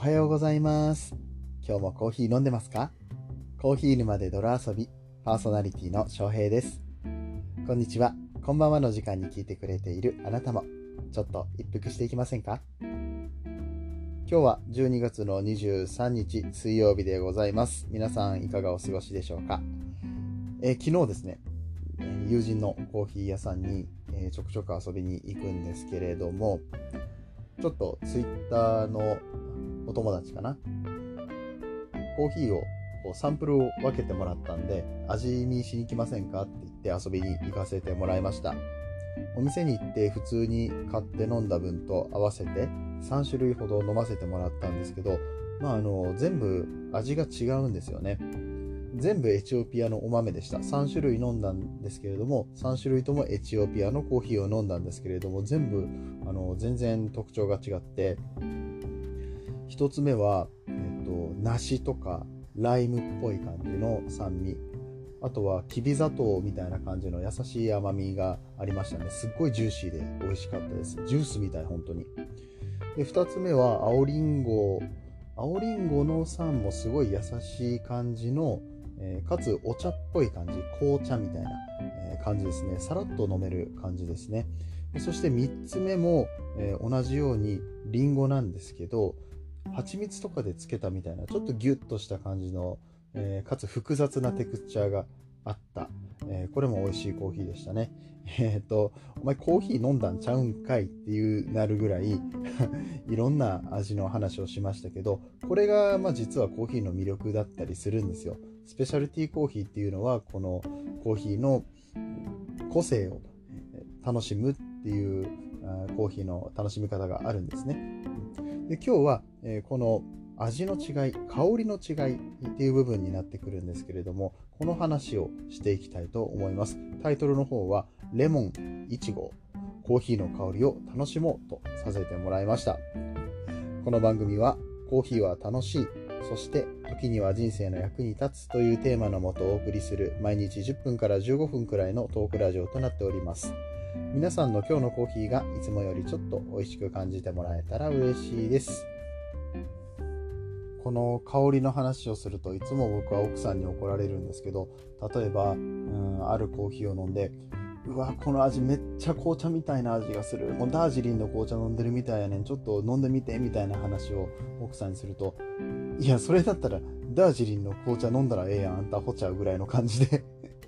はようございます。今日もコーヒー飲んでますか？コーヒー沼で泥遊び、パーソナリティの翔平です。こんにちは、こんばんはの時間に聞いてくれているあなたも、ちょっと一服していきませんか？今日は12月の23日水曜日でございます。皆さんいかがお過ごしでしょうか？昨日ですね、友人のコーヒー屋さんに、ちょくちょく遊びに行くんですけれども、ちょっとツイッターのお友達かな、コーヒーをサンプルを分けてもらったんで、味見しに来ませんかって言って遊びに行かせてもらいました。お店に行って普通に買って飲んだ分と合わせて3種類ほど飲ませてもらったんですけど、全部味が違うんですよね。全部エチオピアのお豆でした。3種類飲んだんですけれども、3種類ともエチオピアのコーヒーを飲んだんですけれども、全部全然特徴が違って、一つ目は、梨とかライムっぽい感じの酸味、あとはきび砂糖みたいな感じの優しい甘みがありましたね。すっごいジューシーで美味しかったです。ジュースみたい、本当に。で、二つ目は青リンゴの酸もすごい優しい感じの、かつお茶っぽい感じ、紅茶みたいな、感じですね。さらっと飲める感じですね。そして3つ目も、同じようにリンゴなんですけど、蜂蜜とかでつけたみたいなちょっとギュッとした感じの、かつ複雑なテクスチャーがあった、これも美味しいコーヒーでしたね。お前コーヒー飲んだんちゃうんかいっていうなるぐらいいろんな味の話をしましたけど、これが実はコーヒーの魅力だったりするんですよ。スペシャルティーコーヒーっていうのはこのコーヒーの個性を楽しむっていうコーヒーの楽しみ方があるんですね。で、今日は、この味の違い、香りの違いっていう部分になってくるんですけれども、この話をしていきたいと思います。タイトルの方はレモン1号コーヒーの香りを楽しもうとさせてもらいました。この番組はコーヒーは楽しい、そして時には人生の役に立つというテーマのもとお送りする毎日10分から15分くらいのトークラジオとなっております。皆さんの今日のコーヒーがいつもよりちょっと美味しく感じてもらえたら嬉しいです。この香りの話をするといつも僕は奥さんに怒られるんですけど、例えばあるコーヒーを飲んで、うわこの味めっちゃ紅茶みたいな味がする、もうダージリンの紅茶飲んでるみたいやねん、ちょっと飲んでみてみたいな話を奥さんにすると、いやそれだったらダージリンの紅茶飲んだらええやん、あんたほちゃうぐらいの感じで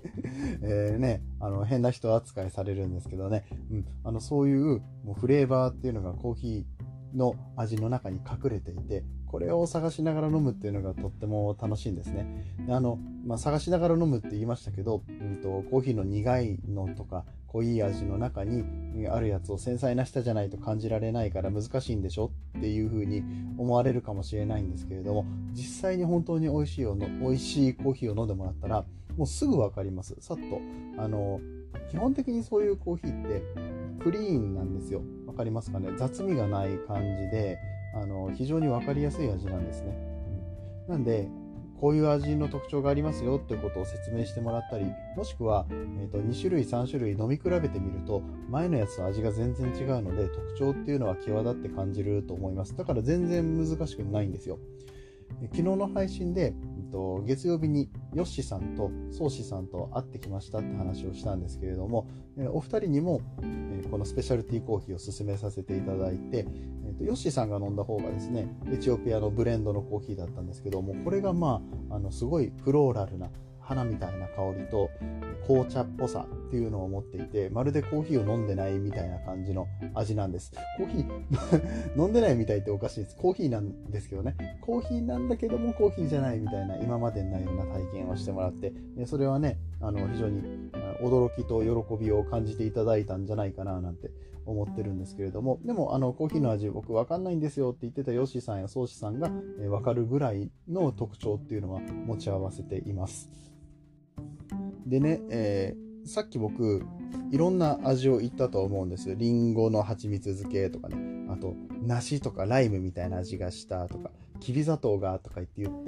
変な人扱いされるんですけどね、そういうもうフレーバーっていうのがコーヒーの味の中に隠れていて、これを探しながら飲むっていうのがとっても楽しいんですね。探しながら飲むって言いましたけど、コーヒーの苦いのとか濃い味の中にあるやつを繊細な舌じゃないと感じられないから難しいんでしょっていう風に思われるかもしれないんですけれども、実際に本当に美味しいコーヒーを飲んでもらったらもうすぐ分かります。さっと基本的にそういうコーヒーってクリーンなんですよ。分かりますかね？雑味がない感じで非常に分かりやすい味なんですね。なんでこういう味の特徴がありますよってことを説明してもらったり、もしくは、2種類3種類飲み比べてみると前のやつと味が全然違うので特徴っていうのは際立って感じると思います。だから全然難しくないんですよ。昨日の配信で、月曜日にヨッシさんとソウシさんと会ってきましたって話をしたんですけれども、お二人にもこのスペシャルティーコーヒーを勧めさせていただいて、ヨッシさんが飲んだ方がですねエチオピアのブレンドのコーヒーだったんですけども、これがすごいフローラルな花みたいな香りと紅茶っぽさっていうのを持っていて、まるでコーヒーを飲んでないみたいな感じの味なんです。コーヒー飲んでないみたいっておかしいです。コーヒーなんですけどね、コーヒーなんだけどもコーヒーじゃないみたいな今までにないような体験をしてもらって、それはね非常に驚きと喜びを感じていただいたんじゃないかななんて思ってるんですけれども、でもコーヒーの味僕分かんないんですよって言ってたヨッシーさんやソウシさんが分かるぐらいの特徴っていうのは持ち合わせています。でね、さっき僕いろんな味を言ったと思うんです。リンゴの蜂蜜漬けとかね、あと梨とかライムみたいな味がしたとか、きび砂糖がとか言って、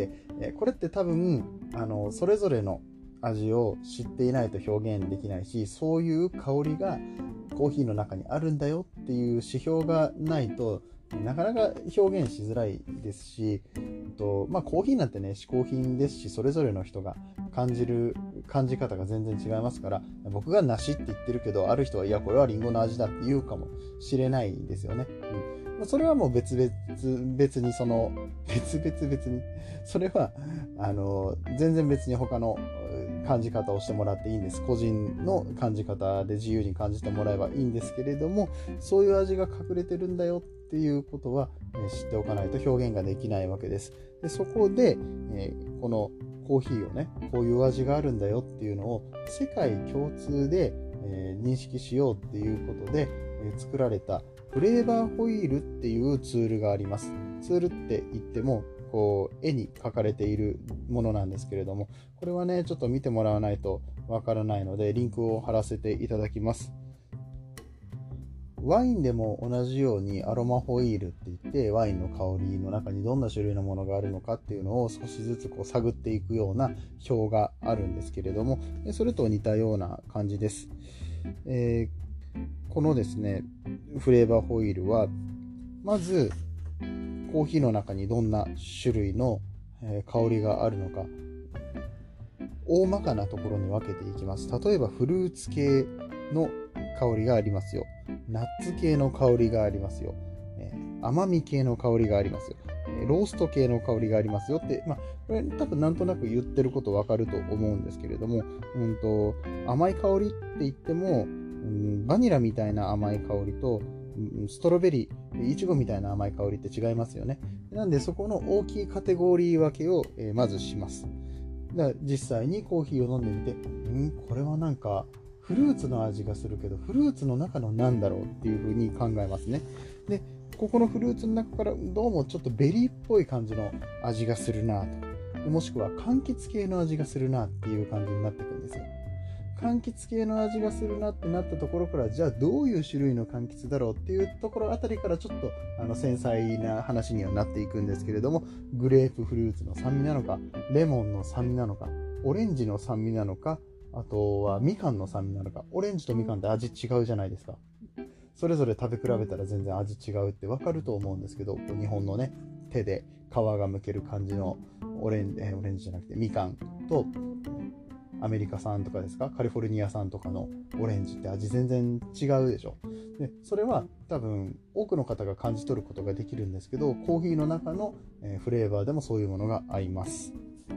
これって多分それぞれの味を知っていないと表現できないし、そういう香りがコーヒーの中にあるんだよっていう指標がないとなかなか表現しづらいですし、コーヒーなんてね、嗜好品ですし、それぞれの人が感じ方が全然違いますから、僕が梨って言ってるけど、ある人はいやこれはリンゴの味だって言うかもしれないんですよね。それはもう別々にそれは全然別に他の感じ方をしてもらっていいんです。個人の感じ方で自由に感じてもらえばいいんですけれども、そういう味が隠れてるんだよっていうことは知っておかないと表現ができないわけです。でそこで、このコーヒーをね、こういう味があるんだよっていうのを世界共通で、認識しようっていうことで、作られたフレーバーホイールっていうツールがあります。ツールって言っても絵に描かれているものなんですけれども、これはねちょっと見てもらわないとわからないのでリンクを貼らせていただきます。ワインでも同じようにアロマホイールって言ってワインの香りの中にどんな種類のものがあるのかっていうのを少しずつ探っていくような表があるんですけれども、それと似たような感じです。このですねフレーバーホイールはまずコーヒーの中にどんな種類の香りがあるのか大まかなところに分けていきます。例えばフルーツ系の香りがありますよ、ナッツ系の香りがありますよ、甘み系の香りがありますよ、ロースト系の香りがありますよって、これ多分なんとなく言ってること分かると思うんですけれども、甘い香りって言っても、バニラみたいな甘い香りとストロベリー、イチゴみたいな甘い香りって違いますよね。なんでそこの大きいカテゴリー分けをまずします。だから実際にコーヒーを飲んでみて、これはなんかフルーツの味がするけど、フルーツの中のなんだろうっていう風に考えますね。で、ここのフルーツの中からどうもちょっとベリーっぽい感じの味がするなと、もしくは柑橘系の味がするなっていう感じになってくるんですよ。柑橘系の味がするなってなったところから、じゃあどういう種類の柑橘だろうっていうところあたりからちょっと繊細な話にはなっていくんですけれども、グレープフルーツの酸味なのか、レモンの酸味なのか、オレンジの酸味なのか、あとはみかんの酸味なのか。オレンジとみかんって味違うじゃないですか。それぞれ食べ比べたら全然味違うって分かると思うんですけど、日本のね手で皮がむける感じのオレンジじゃなくてみかんと、アメリカ産とかですか、カリフォルニア産とかのオレンジって味全然違うでしょ。でそれは多分多くの方が感じ取ることができるんですけど、コーヒーの中のフレーバーでもそういうものがあります。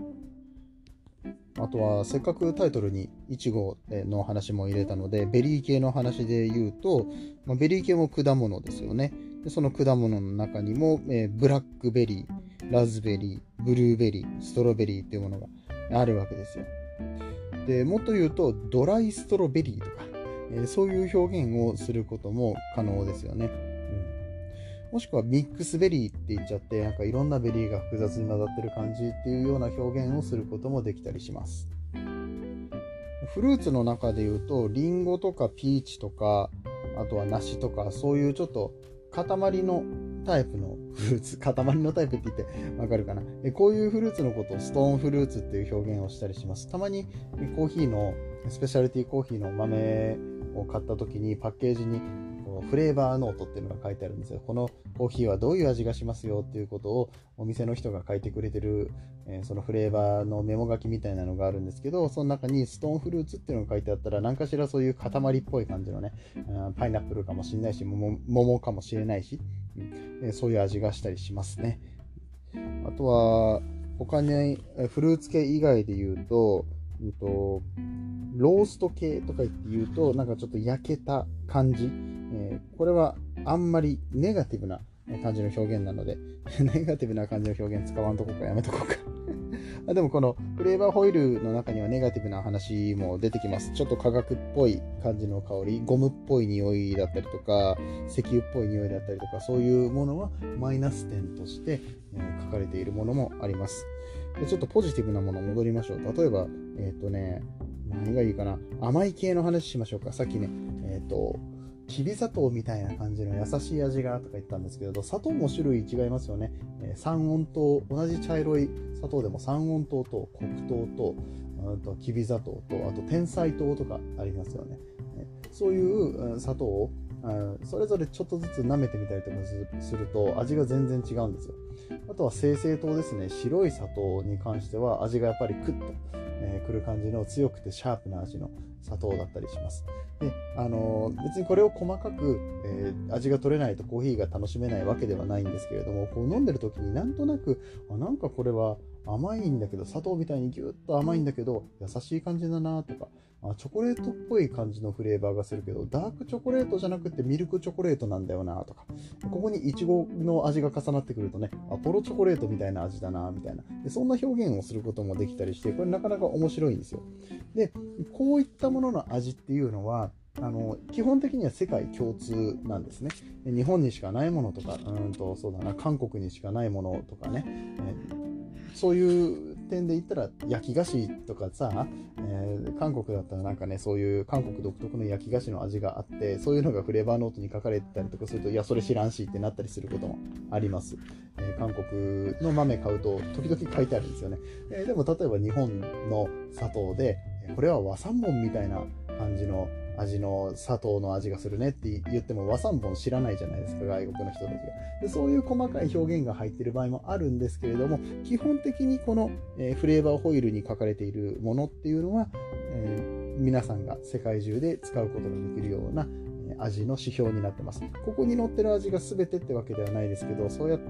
あとはせっかくタイトルにイチゴの話も入れたので、ベリー系の話で言うと、ベリー系も果物ですよね。でその果物の中にも、ブラックベリー、ラズベリー、ブルーベリー、ストロベリーっていうものがあるわけですよ。でもっと言うとドライストロベリーとか、そういう表現をすることも可能ですよね。もしくはミックスベリーって言っちゃって、なんかいろんなベリーが複雑に混ざってる感じっていうような表現をすることもできたりします。フルーツの中で言うとリンゴとかピーチとか、あとは梨とか、そういうちょっと塊のタイプのフルーツ、塊のタイプって言ってわかるかな。こういうフルーツのことをストーンフルーツっていう表現をしたりします。たまにコーヒーのスペシャリティコーヒーの豆を買った時にパッケージにフレーバーノートっていうのが書いてあるんですよ。このコーヒーはどういう味がしますよっていうことをお店の人が書いてくれてる、そのフレーバーのメモ書きみたいなのがあるんですけど、その中にストーンフルーツっていうのが書いてあったら、何かしらそういう塊っぽい感じのね、パイナップルかもしれないし、桃かもしれないし、そういう味がしたりしますね。あとは他にフルーツ系以外で言うと、ロースト系とか言うと、なんかちょっと焼けた感じ、これはあんまりネガティブな感じの表現なのでネガティブな感じの表現使わんとこかやめとこうかでもこのフレーバーホイールの中にはネガティブな話も出てきます。ちょっと化学っぽい感じの香り、ゴムっぽい匂いだったりとか、石油っぽい匂いだったりとか、そういうものはマイナス点として、書かれているものもあります。でちょっとポジティブなもの戻りましょう。例えば何がいいかな、甘い系の話しましょうか。さっきねきび砂糖みたいな感じの優しい味がとか言ったんですけど、砂糖も種類違いますよね。三温糖、同じ茶色い砂糖でも三温糖と黒糖と、あときび砂糖と、あと天才糖とかありますよね。そういう砂糖をそれぞれちょっとずつ舐めてみたりとかすると味が全然違うんですよ。あとは精製糖ですね。白い砂糖に関しては味がやっぱりクッとくる感じの強くてシャープな味の砂糖だったりします。で別にこれを細かく、味が取れないとコーヒーが楽しめないわけではないんですけれども、こう飲んでる時になんとなくなんかこれは甘いんだけど、砂糖みたいにギュッと甘いんだけど優しい感じだなとか、チョコレートっぽい感じのフレーバーがするけどダークチョコレートじゃなくてミルクチョコレートなんだよなとか、ここにイチゴの味が重なってくるとね、アポロチョコレートみたいな味だなみたいな、でそんな表現をすることもできたりして、これなかなか面白いんですよ。でこういったものの味っていうのは基本的には世界共通なんですね。日本にしかないものとか、そうだな、韓国にしかないものとかね、そういう点で言ったら焼き菓子とかさ、韓国だったらなんかね、そういう韓国独特の焼き菓子の味があって、そういうのがフレーバーノートに書かれてたりとかすると、いやそれ知らんしってなったりすることもあります。韓国の豆買うと時々書いてあるんですよね。でも例えば日本の砂糖でこれは和三盆みたいな感じの味の砂糖の味がするねって言っても和三盆知らないじゃないですか、外国の人たちが。でそういう細かい表現が入っている場合もあるんですけれども、基本的にこの、フレーバーホイールに書かれているものっていうのは、皆さんが世界中で使うことができるような味の指標になってます。ここに載ってる味が全てってわけではないですけど、そうやって、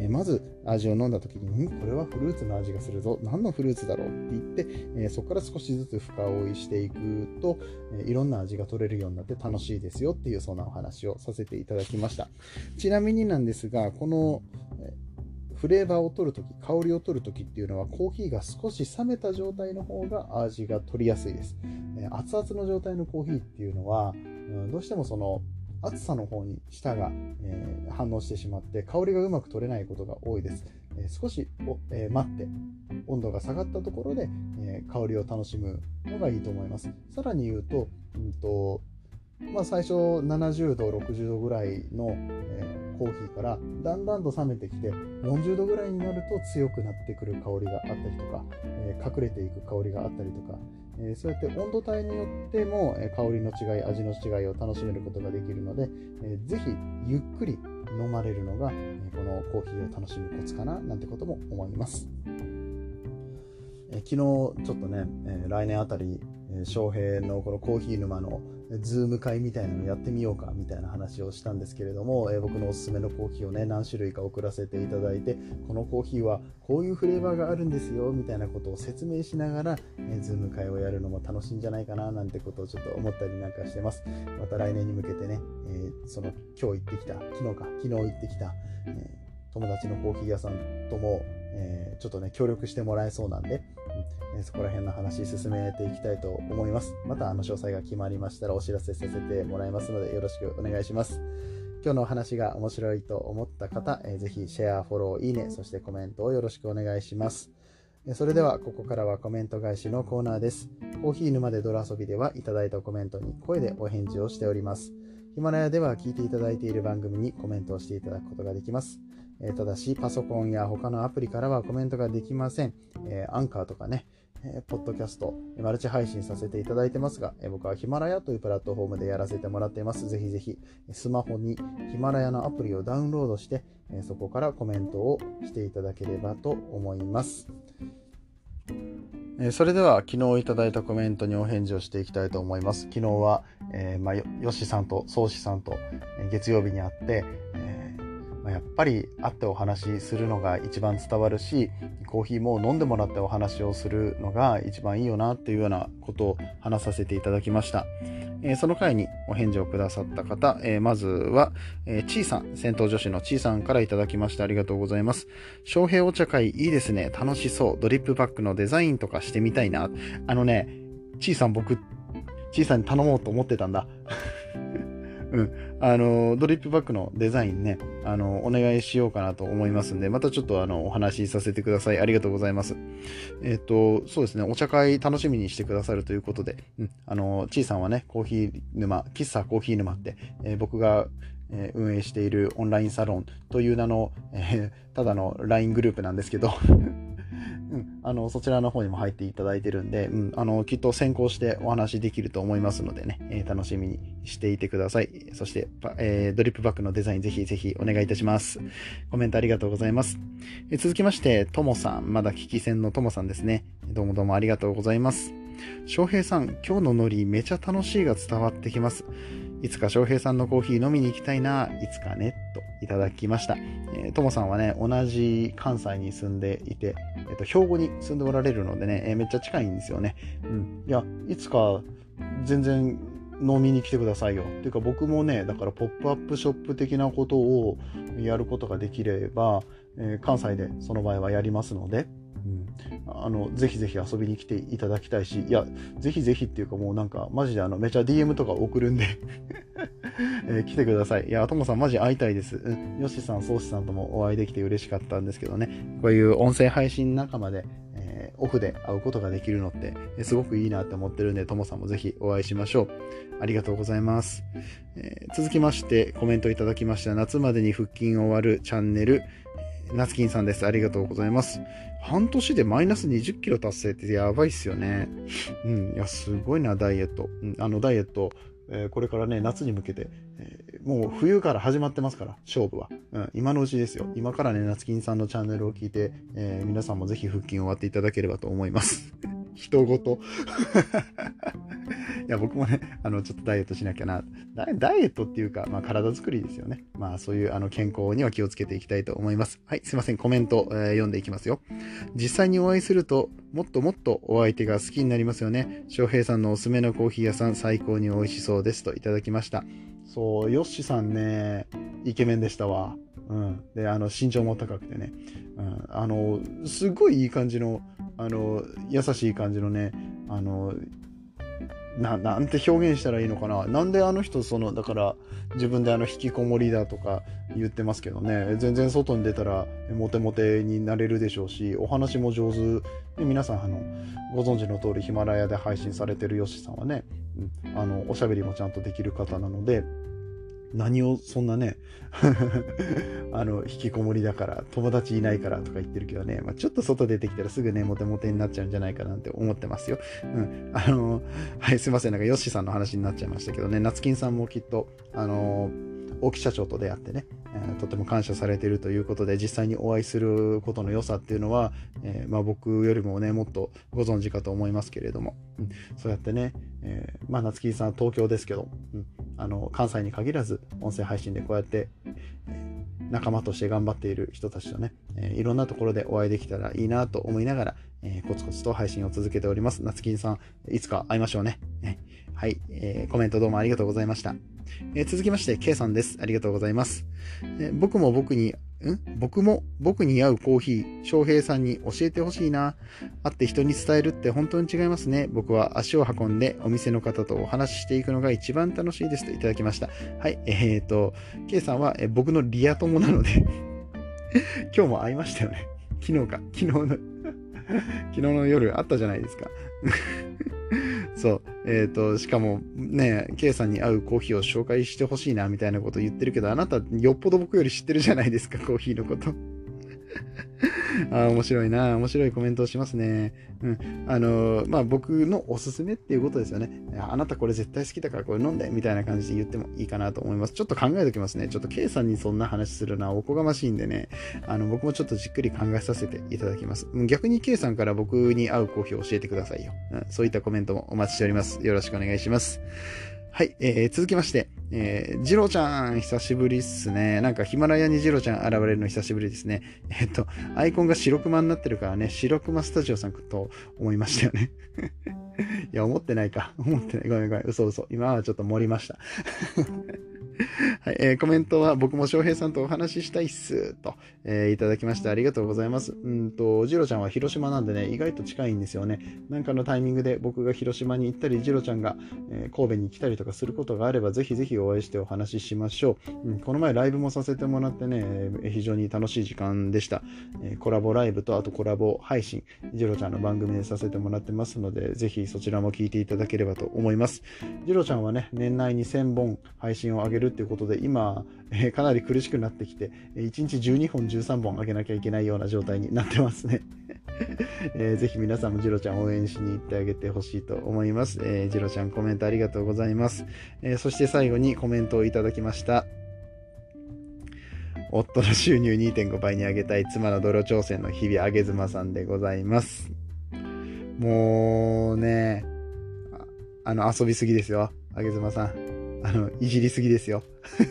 まず味を飲んだ時に、これはフルーツの味がするぞ、何のフルーツだろうって言って、そこから少しずつ深追いしていくと、いろんな味が取れるようになって楽しいですよっていう、そんなお話をさせていただきました。ちなみになんですが、このフレーバーを取るとき、香りを取るときっていうのは、コーヒーが少し冷めた状態の方が味が取りやすいです。熱々の状態のコーヒーっていうのは、どうしてもその熱さの方に舌が、反応してしまって香りがうまく取れないことが多いです。少し待って温度が下がったところで、香りを楽しむのがいいと思います。さらに言うと、最初70度60度ぐらいの、コーヒーからだんだんと冷めてきて40度ぐらいになると強くなってくる香りがあったりとか、隠れていく香りがあったりとか、そうやって温度帯によっても香りの違い、味の違いを楽しめることができるので、ぜひゆっくり飲まれるのが、このコーヒーを楽しむコツかななんてことも思います。昨日ちょっとね、来年あたり翔平のこのコーヒー沼のズーム会みたいなのをやってみようかみたいな話をしたんですけれども、僕のおすすめのコーヒーをね何種類か送らせていただいて、このコーヒーはこういうフレーバーがあるんですよみたいなことを説明しながら、ズーム会をやるのも楽しいんじゃないかななんてことをちょっと思ったりなんかしてます。また来年に向けてね、その今日行ってきた昨日行ってきた、友達のコーヒー屋さんとも、ちょっとね協力してもらえそうなんで、そこら辺の話進めていきたいと思います。また詳細が決まりましたらお知らせさせてもらいますのでよろしくお願いします。今日のお話が面白いと思った方、ぜひシェア、フォロー、いいね、そしてコメントをよろしくお願いします。それではここからはコメント返しのコーナーです。コーヒー沼で泥遊びではいただいたコメントに声でお返事をしております。ヒマラヤでは聞いていただいている番組にコメントをしていただくことができます。ただしパソコンや他のアプリからはコメントができません。アンカーとかね、ポッドキャストマルチ配信させていただいてますが、僕はヒマラヤというプラットフォームでやらせてもらっています。ぜひぜひスマホにヒマラヤのアプリをダウンロードして、そこからコメントをしていただければと思います。それでは昨日いただいたコメントにお返事をしていきたいと思います。昨日は、ヨシさんとソウシさんと月曜日に会って、やっぱり会ってお話しするのが一番伝わるし、コーヒーも飲んでもらってお話をするのが一番いいよなっていうようなことを話させていただきました。その回にお返事をくださった方、まずは、ちーさん、戦闘女子のちーさんからいただきましてありがとうございます。翔平お茶会いいですね。楽しそう。ドリップバッグのデザインとかしてみたいな。ちーさん僕、ちーさんに頼もうと思ってたんだ。ドリップバッグのデザインね、お願いしようかなと思いますんで、またちょっとお話しさせてください。ありがとうございます。そうですね、お茶会楽しみにしてくださるということで、ちーさんはね、喫茶コーヒー沼って、僕が運営しているオンラインサロンという名の、ただの LINE グループなんですけどそちらの方にも入っていただいてるんで、きっと先行してお話できると思いますのでね、楽しみにしていてください。そして、ドリップバッグのデザインぜひぜひお願いいたします。コメントありがとうございます。続きまして、ともさん、まだ聞き戦のともさんですね。どうもどうもありがとうございます。翔平さん、今日のノリめちゃ楽しいが伝わってきます。いつか翔平さんのコーヒー飲みに行きたいな、いつかね、といただきました。ともさんはね、同じ関西に住んでいて、兵庫に住んでおられるのでね、めっちゃ近いんですよね。いや、いつか全然飲みに来てくださいよ。っていうか僕もね、だからポップアップショップ的なことをやることができれば、関西でその場合はやりますので、ぜひぜひ遊びに来ていただきたいし、いや、ぜひぜひっていうかもうなんか、マジでめちゃ DM とか送るんで、来てください。いや、ともさんマジ会いたいです。よしさん、そうしさんともお会いできて嬉しかったんですけどね、こういう音声配信仲間で、オフで会うことができるのって、すごくいいなって思ってるんで、ともさんもぜひお会いしましょう。ありがとうございます。続きましてコメントいただきました。夏までに腹筋終わるチャンネル、なつきんさんです。ありがとうございます。半年でマイナス20キロ達成ってやばいっすよね。いや、すごいな、ダイエット。ダイエット、これからね、夏に向けて、もう冬から始まってますから、勝負は。今のうちですよ。今からね、なつきんさんのチャンネルを聞いて、皆さんもぜひ腹筋を割っていただければと思います。人ごと。いや、僕もね、ちょっとダイエットしなきゃな。ダイエットっていうか、体作りですよね。そういう健康には気をつけていきたいと思います。はい、すいません。コメント、読んでいきますよ。実際にお会いすると、もっともっとお相手が好きになりますよね。翔平さんのおすすめのコーヒー屋さん、最高に美味しそうですといただきました。そう、ヨッシさんね、イケメンでしたわ。で、身長も高くてね。すごいいい感じの、優しい感じのね、なんて表現したらいいのかな。なんで人だから自分で引きこもりだとか言ってますけどね、全然外に出たらモテモテになれるでしょうし、お話も上手で、皆さんご存知の通りヒマラヤで配信されてるヨシさんはね、おしゃべりもちゃんとできる方なので、何をそんなね引きこもりだから友達いないからとか言ってるけどね、ちょっと外出てきたらすぐねモテモテになっちゃうんじゃないかなって思ってますよ。はい、すいません、なんかヨッシーさんの話になっちゃいましたけどね、夏金さんもきっと大木社長と出会ってね、とても感謝されているということで、実際にお会いすることの良さっていうのは、僕よりもねもっとご存知かと思いますけれども、そうやってね、夏木さんは東京ですけど、関西に限らず音声配信でこうやって、仲間として頑張っている人たちとね、いろんなところでお会いできたらいいなと思いながら、コツコツと配信を続けております。夏金さん、いつか会いましょうね。はい、コメントどうもありがとうございました。続きまして K さんです。ありがとうございます。僕も僕に合うコーヒー、翔平さんに教えてほしいな。会って人に伝えるって本当に違いますね。僕は足を運んでお店の方とお話ししていくのが一番楽しいですといただきました。はい、K さんは僕のリア友なので今日も会いましたよね。昨日の夜会ったじゃないですか。そう、しかもね、K さんに合うコーヒーを紹介してほしいなみたいなこと言ってるけど、あなたよっぽど僕より知ってるじゃないですか、コーヒーのこと。面白いな、面白いコメントをしますね。僕のおすすめっていうことですよね。あなたこれ絶対好きだからこれ飲んでみたいな感じで言ってもいいかなと思います。ちょっと考えておきますね。ちょっと K さんにそんな話するのはおこがましいんでね、僕もちょっとじっくり考えさせていただきます。逆に K さんから僕に合うコーヒーを教えてくださいよ。そういったコメントもお待ちしております。よろしくお願いします。はい、続きまして、ジロちゃん、久しぶりっすね。なんかヒマラヤにジロちゃん現れるの久しぶりですね。アイコンが白熊になってるからね、白熊スタジオさんと思いましたよね。いや、思ってないか。ごめん。嘘。今はちょっと盛りました。はい、コメントは僕も翔平さんとお話ししたいっすと、いただきましてありがとうございます。ジロちゃんは広島なんでね、意外と近いんですよね。なんかのタイミングで僕が広島に行ったり、ジロちゃんが、神戸に来たりとかすることがあれば、ぜひぜひお会いしてお話ししましょう。この前ライブもさせてもらってね、非常に楽しい時間でした。コラボライブとあとコラボ配信、ジロちゃんの番組でさせてもらってますので、ぜひそちらも聞いていただければと思います。ジロちゃんはね、年内に1000本配信を上げるっていうことで、今、かなり苦しくなってきて、1日12本13本上げなきゃいけないような状態になってますね。 ぜひ皆さんもジロちゃん応援しに行ってあげてほしいと思います。ジロちゃんコメントありがとうございます。そして最後にコメントをいただきました。夫の収入 2.5 倍に上げたい妻の泥挑戦の日々、あげずまさんでございます。もうね、遊びすぎですよ、あげずまさん。いじりすぎですよ。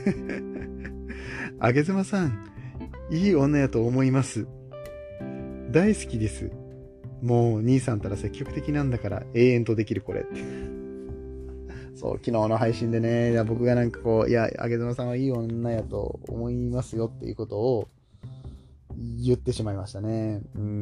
あげずまさん、いい女やと思います。大好きです。もう兄さんたら積極的なんだから永遠とできるこれ。そう、昨日の配信でね、いや僕がなんかこう、いや、あげずまさんはいい女やと思いますよっていうことを言ってしまいましたね。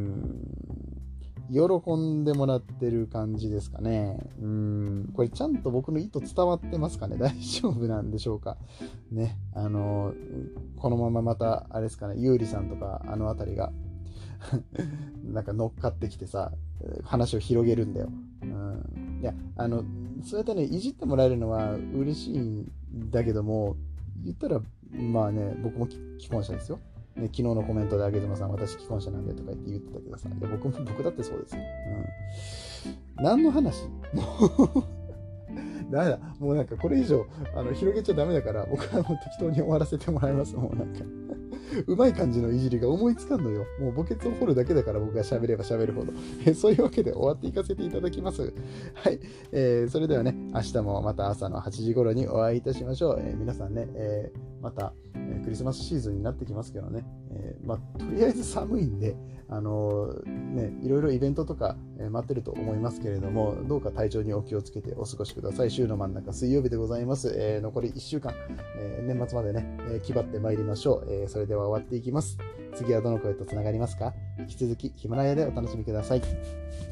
喜んでもらってる感じですかね。これちゃんと僕の意図伝わってますかね。大丈夫なんでしょうかね。このまままたあれですかね、ゆうりさんとかあのあたりがなんか乗っかってきてさ、話を広げるんだよ。いや、そうやってね、いじってもらえるのは嬉しいんだけども、言ったらまあね、僕も既婚者ですよ。ね、昨日のコメントであげずまさん、私既婚者なんでとか言ってたけどさ、いや僕だってそうですよ。何の話もうダメだ。もうなんかこれ以上広げちゃダメだから、僕はもう適当に終わらせてもらいます。もうなんかうまい感じのいじりが思いつかんのよ。もう墓穴を掘るだけだから、僕が喋れば喋るほど。そういうわけで終わっていかせていただきます。はい。それではね、明日もまた朝の8時頃にお会いいたしましょう。皆さんね、また、クリスマスシーズンになってきますけどね。とりあえず寒いんで、いろいろイベントとか、待ってると思いますけれども、どうか体調にお気をつけてお過ごしください。週の真ん中水曜日でございます。残り1週間、年末までね、気張ってまいりましょう。それでは終わっていきます。次はどの声とつながりますか？引き続きヒマラヤでお楽しみください。